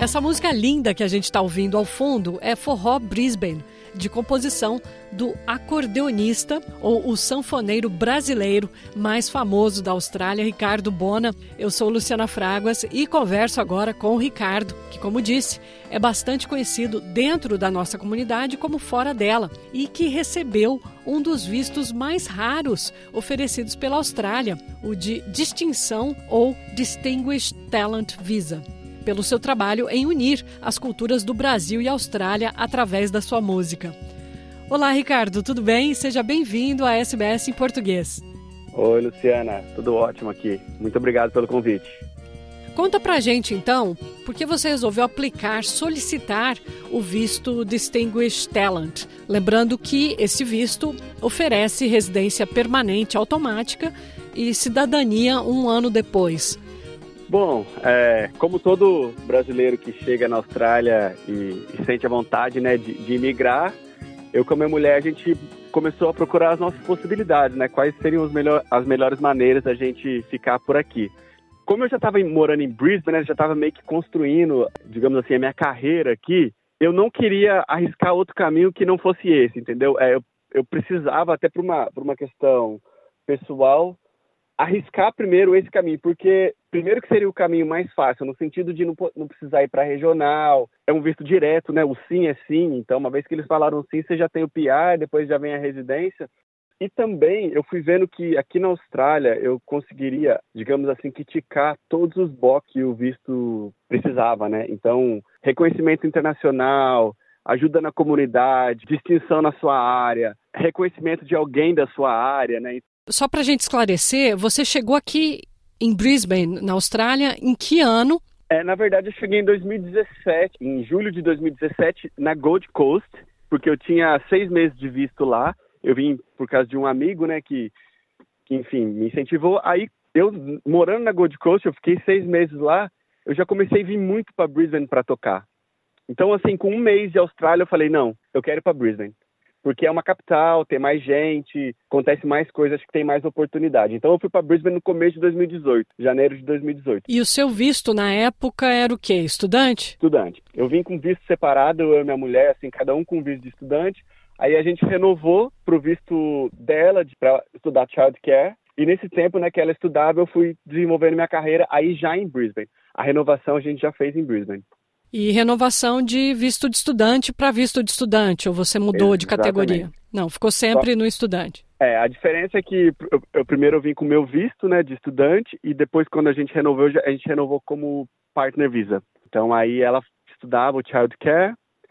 Essa música linda que a gente está ouvindo ao fundo é Forró Brisbane, de composição do acordeonista ou o sanfoneiro brasileiro mais famoso da Austrália, Ricardo Bona. Eu sou Luciana Fraguas e converso agora com o Ricardo, que, como disse, é bastante conhecido dentro da nossa comunidade como fora dela e que recebeu um dos vistos mais raros oferecidos pela Austrália, o de Distinção ou Distinguished Talent Visa, pelo seu trabalho em unir as culturas do Brasil e Austrália através da sua música. Olá, Ricardo, tudo bem? Seja bem-vindo à SBS em português. Oi, Luciana, tudo ótimo aqui. Muito obrigado pelo convite. Conta pra gente, então, por que você resolveu solicitar o visto Distinguished Talent? Lembrando que esse visto oferece residência permanente automática e cidadania um ano depois. Bom, como todo brasileiro que chega na Austrália e sente a vontade, né, de imigrar, eu com a minha mulher, a gente começou a procurar as nossas possibilidades, né, quais seriam as melhores maneiras da gente ficar por aqui. Como eu já estava morando em Brisbane, né, já estava meio que construindo, digamos assim, a minha carreira aqui, eu não queria arriscar outro caminho que não fosse esse, entendeu? Eu precisava, até por uma questão pessoal, arriscar primeiro esse caminho, porque primeiro que seria o caminho mais fácil, no sentido de não precisar ir para regional, é um visto direto, né? O sim é sim, então uma vez que eles falaram sim, você já tem o PR, depois já vem a residência. E também eu fui vendo que aqui na Austrália eu conseguiria, digamos assim, ticar todos os blocos que o visto precisava, né? Então, reconhecimento internacional, ajuda na comunidade, distinção na sua área, reconhecimento de alguém da sua área, né? Só para a gente esclarecer, você chegou aqui em Brisbane, na Austrália, em que ano? Na verdade, eu cheguei em 2017, em julho de 2017, na Gold Coast, porque eu tinha 6 meses de visto lá. Eu vim por causa de um amigo, né, que enfim, me incentivou. Aí, eu morando na Gold Coast, eu fiquei 6 meses lá, eu já comecei a vir muito para Brisbane para tocar. Então, assim, com 1 mês de Austrália, eu falei, não, eu quero ir para Brisbane. Porque é uma capital, tem mais gente, acontece mais coisas, acho que tem mais oportunidade. Então eu fui para Brisbane no começo de 2018, janeiro de 2018. E o seu visto na época era o quê? Estudante? Estudante. Eu vim com visto separado, eu e minha mulher, assim, cada um com visto de estudante. Aí a gente renovou pro visto dela para estudar childcare. E nesse tempo, né, que ela estudava, eu fui desenvolvendo minha carreira aí já em Brisbane. A renovação a gente já fez em Brisbane. E renovação de visto de estudante para visto de estudante, ou você mudou de categoria? Não, ficou sempre no estudante. A diferença é que eu primeiro vim com o meu visto, né, de estudante, e depois quando a gente renovou como partner visa. Então aí ela estudava o childcare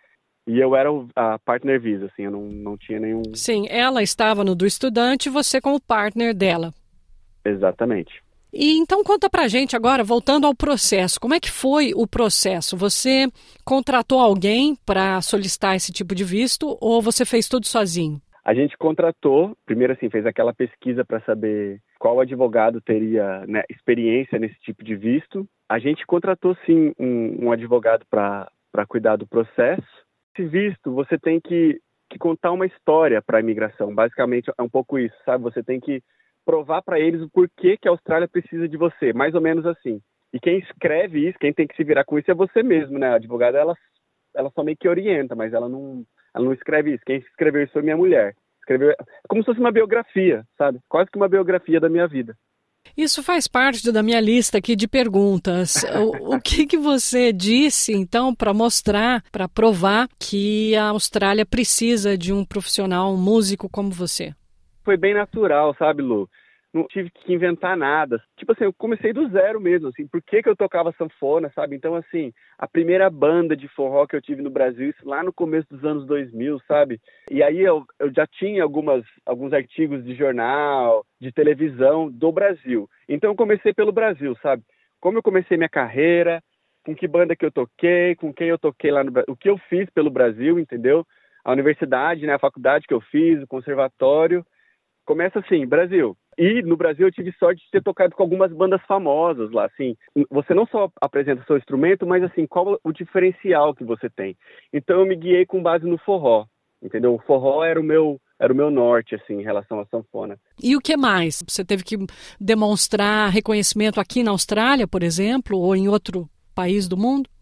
e eu era a partner visa, assim, eu não tinha nenhum... Sim, ela estava no do estudante e você como partner dela. Exatamente. E então conta pra gente agora, voltando ao processo, como é que foi o processo? Você contratou alguém para solicitar esse tipo de visto ou você fez tudo sozinho? A gente contratou, primeiro assim, fez aquela pesquisa para saber qual advogado teria, né, experiência nesse tipo de visto. A gente contratou sim um advogado para cuidar do processo. Esse visto, você tem que contar uma história para a imigração, basicamente é um pouco isso, sabe? Você tem que provar para eles o porquê que a Austrália precisa de você, mais ou menos assim. E quem escreve isso, quem tem que se virar com isso é você mesmo, né? A advogada, ela só meio que orienta, mas ela não escreve isso. Quem escreveu isso foi minha mulher. Escreveu como se fosse uma biografia, sabe? Quase que uma biografia da minha vida. Isso faz parte da minha lista aqui de perguntas. O que você disse, então, para mostrar, para provar que a Austrália precisa de um profissional, um músico como você? Foi bem natural, sabe, Lu? Não tive que inventar nada. Tipo assim, eu comecei do zero mesmo, assim. Por que eu tocava sanfona, sabe? Então, assim, a primeira banda de forró que eu tive no Brasil, isso lá no começo dos anos 2000, sabe? E aí eu já tinha alguns artigos de jornal, de televisão do Brasil. Então eu comecei pelo Brasil, sabe? Como eu comecei minha carreira, com que banda que eu toquei, com quem eu toquei lá no Brasil, o que eu fiz pelo Brasil, entendeu? A universidade, né? A faculdade que eu fiz, o conservatório. Começa assim, Brasil. E no Brasil eu tive sorte de ter tocado com algumas bandas famosas lá, assim. Você não só apresenta seu instrumento, mas assim, qual o diferencial que você tem. Então eu me guiei com base no forró, entendeu? O forró era o meu norte, assim, em relação à sanfona. E o que mais? Você teve que demonstrar reconhecimento aqui na Austrália, por exemplo, ou em outro país do mundo?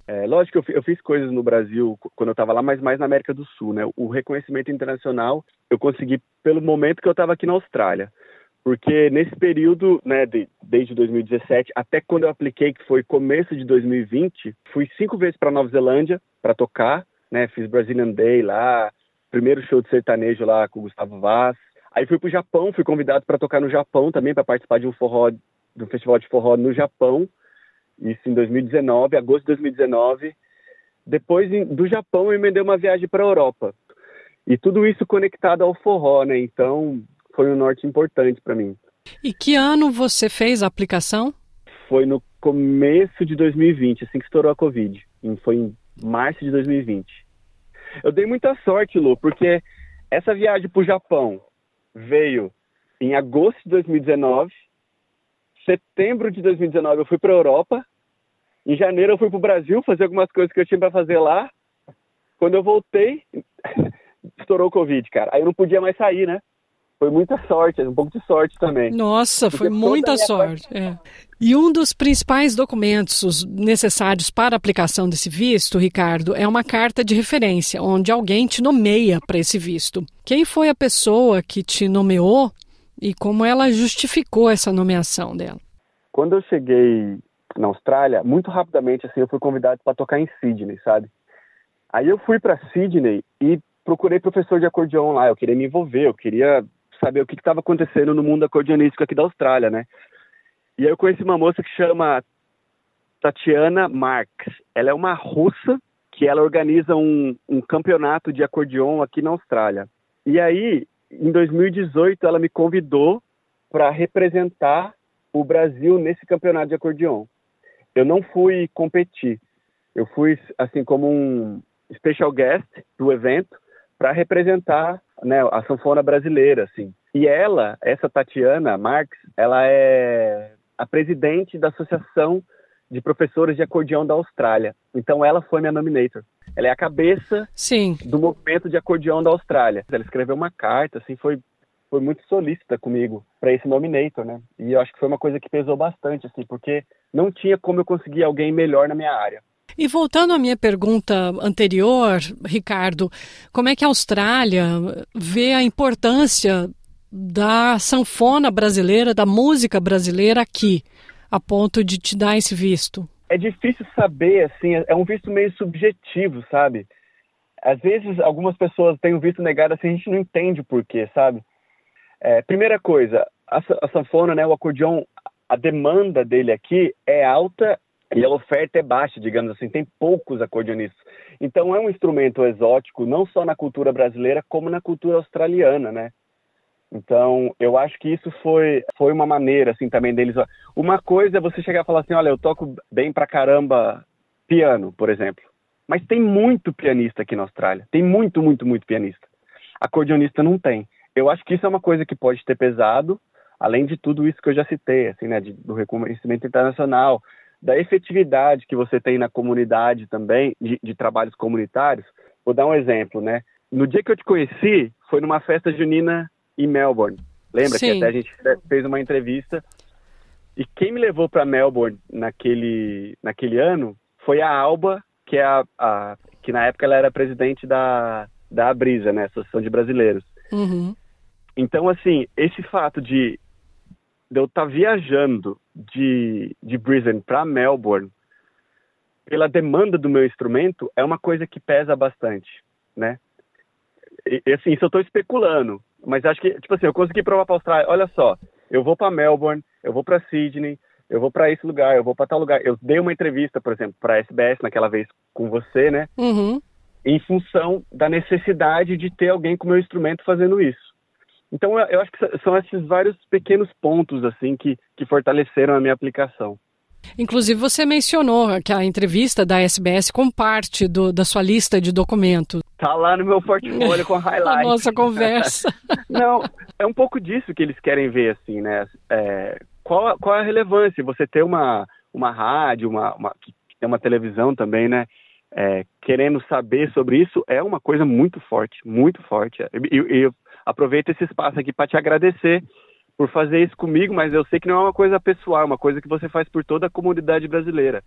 Lógico que eu fiz coisas no Brasil quando eu estava lá, mas mais na América do Sul, né? O reconhecimento internacional eu consegui pelo momento que eu estava aqui na Austrália. Porque nesse período, né, desde 2017 até quando eu apliquei, que foi começo de 2020, fui 5 vezes para Nova Zelândia para tocar, né? Fiz Brazilian Day lá, primeiro show de sertanejo lá com o Gustavo Vaz. Aí fui pro Japão, fui convidado para tocar no Japão também, para participar de um festival de forró no Japão. Isso em 2019, agosto de 2019. Depois do Japão eu emendei uma viagem para a Europa. E tudo isso conectado ao forró, né? Então foi um norte importante para mim. E que ano você fez a aplicação? Foi no começo de 2020, assim que estourou a Covid. Foi em março de 2020. Eu dei muita sorte, Lu, porque essa viagem para o Japão veio em agosto de 2019. Setembro de 2019 eu fui para a Europa. Em janeiro eu fui para o Brasil fazer algumas coisas que eu tinha para fazer lá. Quando eu voltei, estourou o Covid, cara. Aí eu não podia mais sair, né? Foi muita sorte, um pouco de sorte também. Nossa, foi muita sorte. E um dos principais documentos necessários para a aplicação desse visto, Ricardo, é uma carta de referência, onde alguém te nomeia para esse visto. Quem foi a pessoa que te nomeou e como ela justificou essa nomeação dela? Quando eu cheguei na Austrália, muito rapidamente, assim, eu fui convidado para tocar em Sydney, sabe? Aí eu fui para Sydney e procurei professor de acordeon lá. Eu queria me envolver, eu queria saber o que estava acontecendo no mundo acordeonístico aqui da Austrália, né? E aí eu conheci uma moça que chama Tatiana Marks. Ela é uma russa que ela organiza um campeonato de acordeon aqui na Austrália. E aí, em 2018, ela me convidou para representar o Brasil nesse campeonato de acordeon. Eu não fui competir. Eu fui, assim, como um special guest do evento para representar, né, a sanfona brasileira, assim. E ela, essa Tatiana Marques, ela é a presidente da Associação de Professores de Acordeão da Austrália. Então ela foi minha nominator. Ela é a cabeça do movimento de acordeão da Austrália. Ela escreveu uma carta, assim, foi muito solícita comigo para esse nominator, né? E eu acho que foi uma coisa que pesou bastante, assim, porque não tinha como eu conseguir alguém melhor na minha área. E voltando à minha pergunta anterior, Ricardo, como é que a Austrália vê a importância da sanfona brasileira, da música brasileira aqui, a ponto de te dar esse visto? É difícil saber, assim, é um visto meio subjetivo, sabe? Às vezes, algumas pessoas têm um visto negado, assim, a gente não entende o porquê, sabe? Primeira coisa, a sanfona, né, o acordeon, a demanda dele aqui é alta e a oferta é baixa, digamos assim, tem poucos acordeonistas. Então é um instrumento exótico, não só na cultura brasileira, como na cultura australiana, né? Então, eu acho que isso foi uma maneira, assim, também deles. Uma coisa é você chegar e falar assim, olha, eu toco bem pra caramba piano, por exemplo. Mas tem muito pianista aqui na Austrália. Tem muito, muito, muito pianista. Acordeonista não tem. Eu acho que isso é uma coisa que pode ter pesado, além de tudo isso que eu já citei, assim, né, do reconhecimento internacional, da efetividade que você tem na comunidade também, de trabalhos comunitários. Vou dar um exemplo, né? No dia que eu te conheci, foi numa festa junina em Melbourne. Lembra? Sim. Que até a gente fez uma entrevista. E quem me levou para Melbourne naquele ano foi a Alba, que é que na época ela era presidente da Abrisa, né? Associação de Brasileiros. Uhum. Então, assim, esse fato de eu estar viajando de Brisbane para Melbourne pela demanda do meu instrumento é uma coisa que pesa bastante, né? E assim, isso eu estou especulando, mas acho que, tipo assim, eu consegui provar para a Austrália, olha só, eu vou para Melbourne, eu vou para Sydney, eu vou para esse lugar, eu vou para tal lugar. Eu dei uma entrevista, por exemplo, para a SBS naquela vez com você, né? Uhum. Em função da necessidade de ter alguém com o meu instrumento fazendo isso. Então, eu acho que são esses vários pequenos pontos, assim, que fortaleceram a minha aplicação. Inclusive, você mencionou que a entrevista da SBS como parte da sua lista de documentos. Tá lá no meu portfólio com highlights. A nossa conversa. Não, é um pouco disso que eles querem ver, assim, né? Qual é a relevância? Você ter uma rádio, que tem uma televisão também, né? Querendo saber sobre isso é uma coisa muito forte, muito forte. E eu aproveito esse espaço aqui para te agradecer por fazer isso comigo, mas eu sei que não é uma coisa pessoal, é uma coisa que você faz por toda a comunidade brasileira.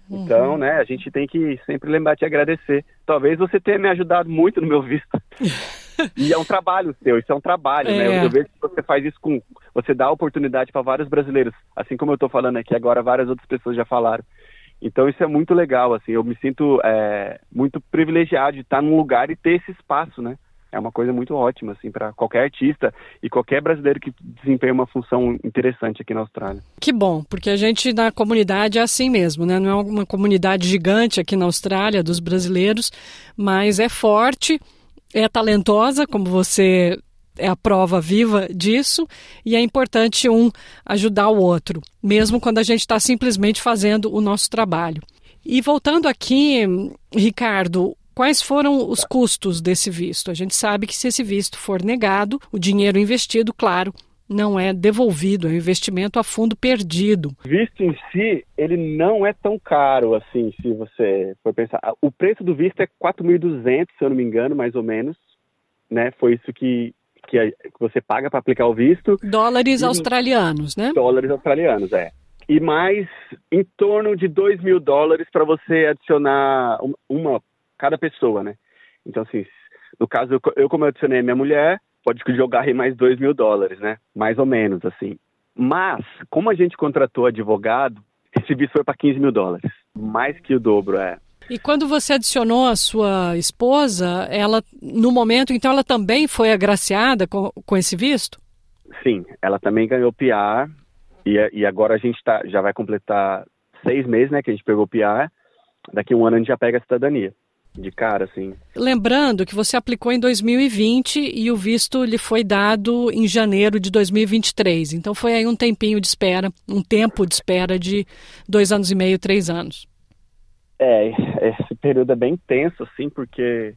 Então, né, a gente tem que sempre lembrar de agradecer. Talvez você tenha me ajudado muito no meu visto. E é um trabalho seu, isso é um trabalho, né? Eu vejo que você faz isso você dá oportunidade para vários brasileiros, assim como eu estou falando aqui agora, várias outras pessoas já falaram. Então isso é muito legal, assim, eu me sinto muito privilegiado de estar num lugar e ter esse espaço, né? É uma coisa muito ótima, assim, para qualquer artista e qualquer brasileiro que desempenha uma função interessante aqui na Austrália. Que bom, porque a gente na comunidade é assim mesmo, né? Não é uma comunidade gigante aqui na Austrália, dos brasileiros, mas é forte, é talentosa, como você é a prova viva disso, e é importante um ajudar o outro, mesmo quando a gente está simplesmente fazendo o nosso trabalho. E voltando aqui, Ricardo, quais foram os custos desse visto? A gente sabe que se esse visto for negado, o dinheiro investido, claro, não é devolvido, é um investimento a fundo perdido. O visto em si, ele não é tão caro assim, se você for pensar. O preço do visto é 4.200, se eu não me engano, mais ou menos, né? Foi isso que você paga para aplicar o visto. Dólares australianos, né? Dólares australianos, E mais em torno de $2.000 para você adicionar cada pessoa, né? Então, assim, no caso, como eu adicionei a minha mulher, pode jogar aí mais $2.000, né? Mais ou menos, assim. Mas, como a gente contratou advogado, esse visto foi para $15.000. Mais que o dobro, E quando você adicionou a sua esposa, ela, no momento, então, ela também foi agraciada com esse visto? Sim, ela também ganhou PR e agora a gente já vai completar 6 meses, né, que a gente pegou PR. Daqui a um ano a gente já pega a cidadania, de cara, assim. Lembrando que você aplicou em 2020 e o visto lhe foi dado em janeiro de 2023. Então foi aí um tempinho de espera, um tempo de espera de 2 anos e meio, 3 anos. Esse período é bem tenso, assim, porque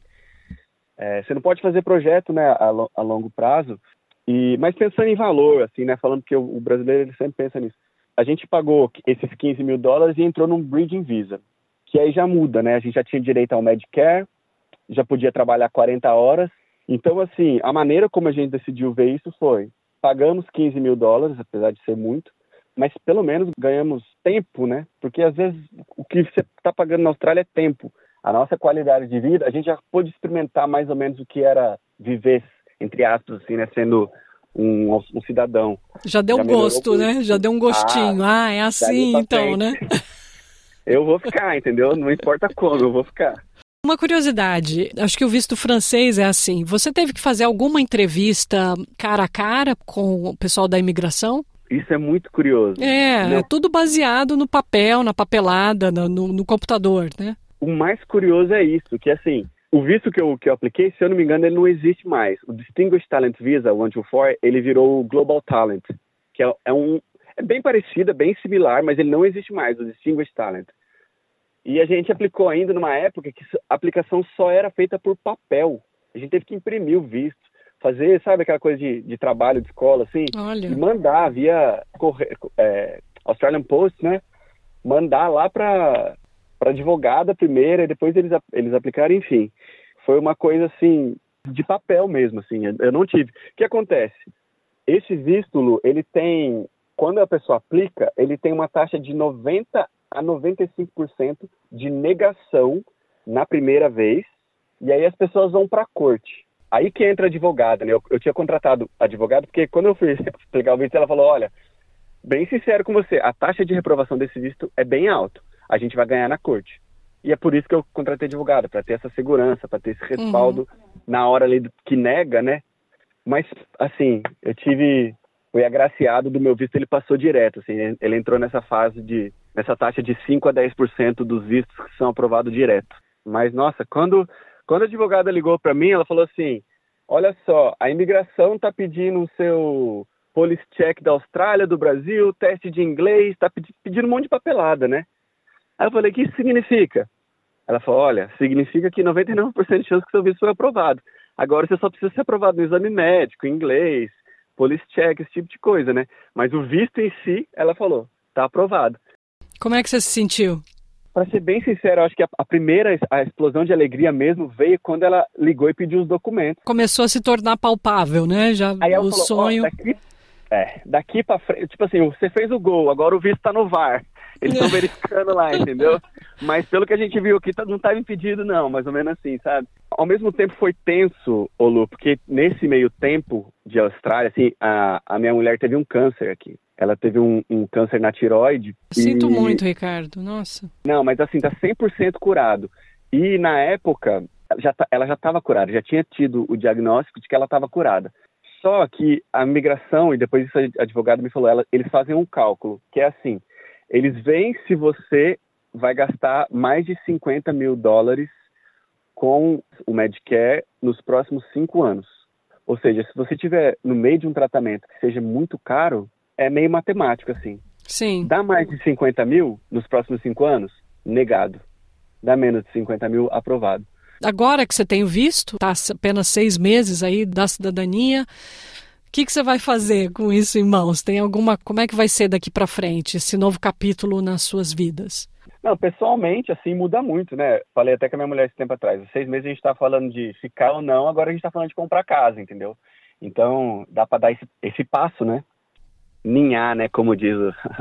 você não pode fazer projeto, né, a longo prazo, mas pensando em valor, assim, né, falando que o brasileiro ele sempre pensa nisso. A gente pagou esses $15.000 e entrou num Bridging Visa, que aí já muda, né, a gente já tinha direito ao Medicare, já podia trabalhar 40 horas, então, assim, a maneira como a gente decidiu ver isso foi, pagamos $15.000, apesar de ser muito, mas pelo menos ganhamos tempo, né? Porque às vezes o que você está pagando na Austrália é tempo. A nossa qualidade de vida, a gente já pôde experimentar mais ou menos o que era viver, entre aspas, assim, né? Sendo um cidadão. Já deu gosto, né? Já deu um gostinho. É assim então, né? Eu vou ficar, entendeu? Não importa como, eu vou ficar. Uma curiosidade, acho que o visto francês é assim. Você teve que fazer alguma entrevista cara a cara com o pessoal da imigração? Isso é muito curioso. É tudo baseado no papel, na papelada, no computador, né? O mais curioso é isso, que assim, o visto que eu apliquei, se eu não me engano, ele não existe mais. O Distinguished Talent Visa, o 124, ele virou o Global Talent, que é bem parecido, é bem similar, mas ele não existe mais, o Distinguished Talent. E a gente aplicou ainda numa época que a aplicação só era feita por papel. A gente teve que imprimir o visto. Fazer, sabe, aquela coisa de trabalho de escola, assim? Olha. E mandar via Australian Post, né? Mandar lá para advogada primeiro, e depois eles aplicaram, enfim. Foi uma coisa, assim, de papel mesmo, assim. Eu não tive. O que acontece? Esse visto, Lu, ele tem... Quando a pessoa aplica, ele tem uma taxa de 90% a 95% de negação na primeira vez, e aí as pessoas vão para a corte. Aí que entra a advogada, né? Eu tinha contratado advogado, porque quando eu fui explicar o visto, ela falou, olha, bem sincero com você, a taxa de reprovação desse visto é bem alta. A gente vai ganhar na corte. E é por isso que eu contratei advogado, para ter essa segurança, para ter esse respaldo na hora ali que nega, né? Mas, assim, fui agraciado do meu visto, ele passou direto, assim, ele entrou nessa taxa de 5% a 10% dos vistos que são aprovados direto. Mas, nossa, quando a advogada ligou para mim, ela falou assim, olha só, a imigração está pedindo o seu police check da Austrália, do Brasil, teste de inglês, está pedindo um monte de papelada, né? Aí eu falei, o que isso significa? Ela falou, olha, significa que 99% de chance que seu visto foi aprovado. Agora você só precisa ser aprovado no exame médico, inglês, police check, esse tipo de coisa, né? Mas o visto em si, ela falou, está aprovado. Como é que você se sentiu? Para ser bem sincero, eu acho que a explosão de alegria mesmo veio quando ela ligou e pediu os documentos. Começou a se tornar palpável, né? Já aí ela o falou, sonho... daqui para frente, tipo assim, você fez o gol, agora o visto tá no VAR. Eles estão verificando lá, entendeu? Mas pelo que a gente viu aqui, não estava impedido não, mais ou menos assim, sabe? Ao mesmo tempo foi tenso, ô Lu, porque nesse meio tempo de Austrália, assim, a minha mulher teve um câncer aqui. Ela teve um câncer na tireoide. Sinto muito, Ricardo, nossa. Não, mas assim, tá 100% curado. E na época, ela já estava curada, já tinha tido o diagnóstico de que ela estava curada. Só que a migração, e depois isso a advogada me falou, eles fazem um cálculo, que é assim, eles veem se você vai gastar mais de $50 mil com o Medicare nos próximos 5 anos. Ou seja, se você estiver no meio de um tratamento que seja muito caro, é meio matemático, assim. Sim. Dá mais de 50 mil nos próximos 5 anos? Negado. Dá menos de 50 mil? Aprovado. Agora que você tem o visto, está apenas 6 meses aí da cidadania, o que você vai fazer com isso em mãos? Como é que vai ser daqui para frente, esse novo capítulo nas suas vidas? Não, pessoalmente, assim, muda muito, né? Falei até com a minha mulher esse tempo atrás. 6 meses a gente tá falando de ficar ou não, agora a gente tá falando de comprar casa, entendeu? Então, dá para dar esse passo, né? Ninhar, né? Como diz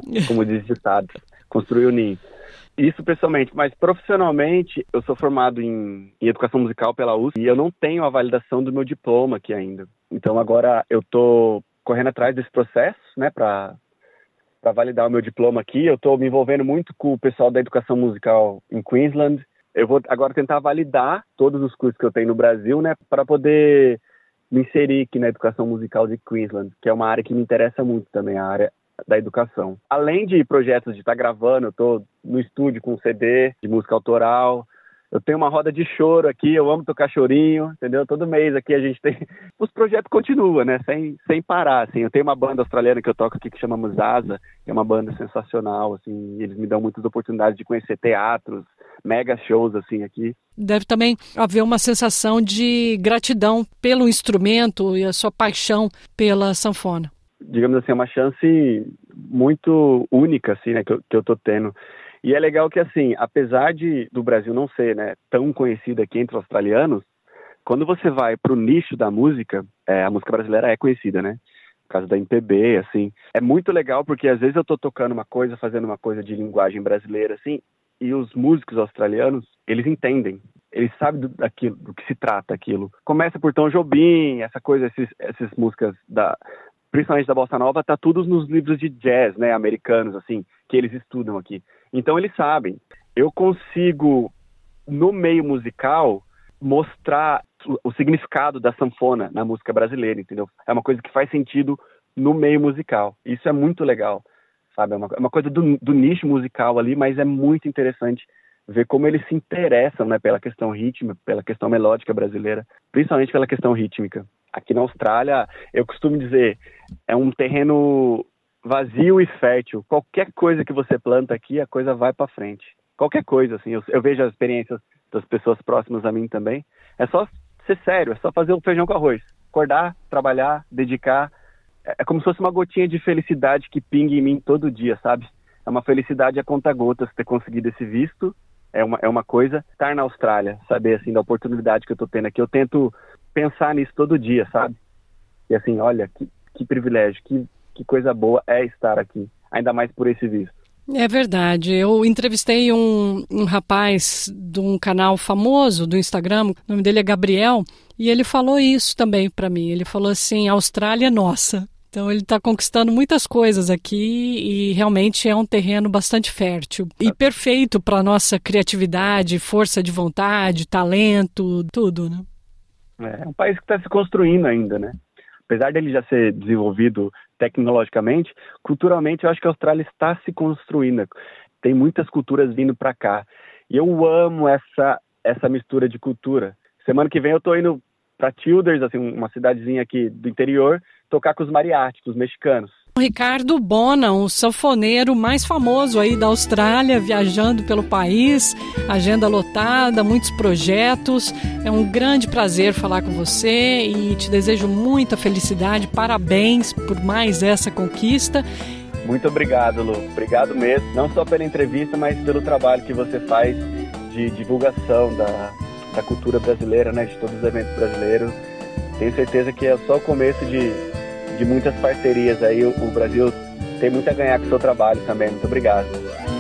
o ditado. Construir o ninho. Isso pessoalmente, mas profissionalmente eu sou formado em educação musical pela USP e eu não tenho a validação do meu diploma aqui ainda. Então agora eu tô correndo atrás desse processo, né, para validar o meu diploma aqui. Eu tô me envolvendo muito com o pessoal da educação musical em Queensland. Eu vou agora tentar validar todos os cursos que eu tenho no Brasil, né, para poder me inserir aqui na educação musical de Queensland, que é uma área que me interessa muito também, a área da educação. Além de projetos de estar gravando, eu tô no estúdio com um CD de música autoral, eu tenho uma roda de choro aqui, eu amo tocar chorinho, entendeu? Todo mês aqui a gente tem... Os projetos continuam, né? Sem parar, assim. Eu tenho uma banda australiana que eu toco aqui que chama Musasa, que é uma banda sensacional, assim, e eles me dão muitas oportunidades de conhecer teatros, mega shows, assim, aqui. Deve também haver uma sensação de gratidão pelo instrumento e a sua paixão pela sanfona. Digamos assim, é uma chance muito única, assim, né, que eu tô tendo. E é legal que, assim, apesar do Brasil não ser, né, tão conhecido aqui entre os australianos, quando você vai pro nicho da música, a música brasileira é conhecida, né? Por causa da MPB, assim. É muito legal porque, às vezes, eu tô tocando uma coisa, fazendo uma coisa de linguagem brasileira, assim, e os músicos australianos, eles entendem. Eles sabem do que se trata aquilo. Começa por Tom Jobim, essa coisa, essas músicas principalmente da Bossa Nova, tá tudo nos livros de jazz, né, americanos, assim, que eles estudam aqui. Então eles sabem. Eu consigo, no meio musical, mostrar o significado da sanfona na música brasileira, entendeu? É uma coisa que faz sentido no meio musical. Isso é muito legal, sabe? É uma coisa do nicho musical ali, mas é muito interessante ver como eles se interessam, né, pela questão rítmica, pela questão melódica brasileira, principalmente pela questão rítmica. Aqui na Austrália, eu costumo dizer, é um terreno vazio e fértil. Qualquer coisa que você planta aqui, a coisa vai para frente. Qualquer coisa, assim. Eu vejo as experiências das pessoas próximas a mim também. É só ser sério, é só fazer o feijão com arroz. Acordar, trabalhar, dedicar. É como se fosse uma gotinha de felicidade que pinga em mim todo dia, sabe? É uma felicidade a conta-gotas ter conseguido esse visto. É uma coisa. Estar na Austrália, saber, assim, da oportunidade que eu tô tendo aqui. Eu tento pensar nisso todo dia, sabe? E assim, olha, que privilégio, que coisa boa é estar aqui, ainda mais por esse visto. É verdade. Eu entrevistei um rapaz de um canal famoso do Instagram, o nome dele é Gabriel, e ele falou isso também para mim. Ele falou assim, a Austrália é nossa. Então ele está conquistando muitas coisas aqui e realmente é um terreno bastante fértil e perfeito para a nossa criatividade, força de vontade, talento, tudo, né? É um país que está se construindo ainda, né? Apesar dele já ser desenvolvido tecnologicamente, culturalmente eu acho que a Austrália está se construindo. Tem muitas culturas vindo para cá. E eu amo essa mistura de cultura. Semana que vem eu tô indo para Childers, assim, uma cidadezinha aqui do interior, tocar com os mariachis, os mexicanos. Ricardo Bona, o sanfoneiro mais famoso aí da Austrália, viajando pelo país, agenda lotada, muitos projetos. É um grande prazer falar com você e te desejo muita felicidade. Parabéns por mais essa conquista. Muito obrigado, Lu. Obrigado mesmo, não só pela entrevista, mas pelo trabalho que você faz de divulgação da cultura brasileira, né, de todos os eventos brasileiros. Tenho certeza que é só o começo de muitas parcerias aí. O Brasil tem muito a ganhar com o seu trabalho também. Muito obrigado.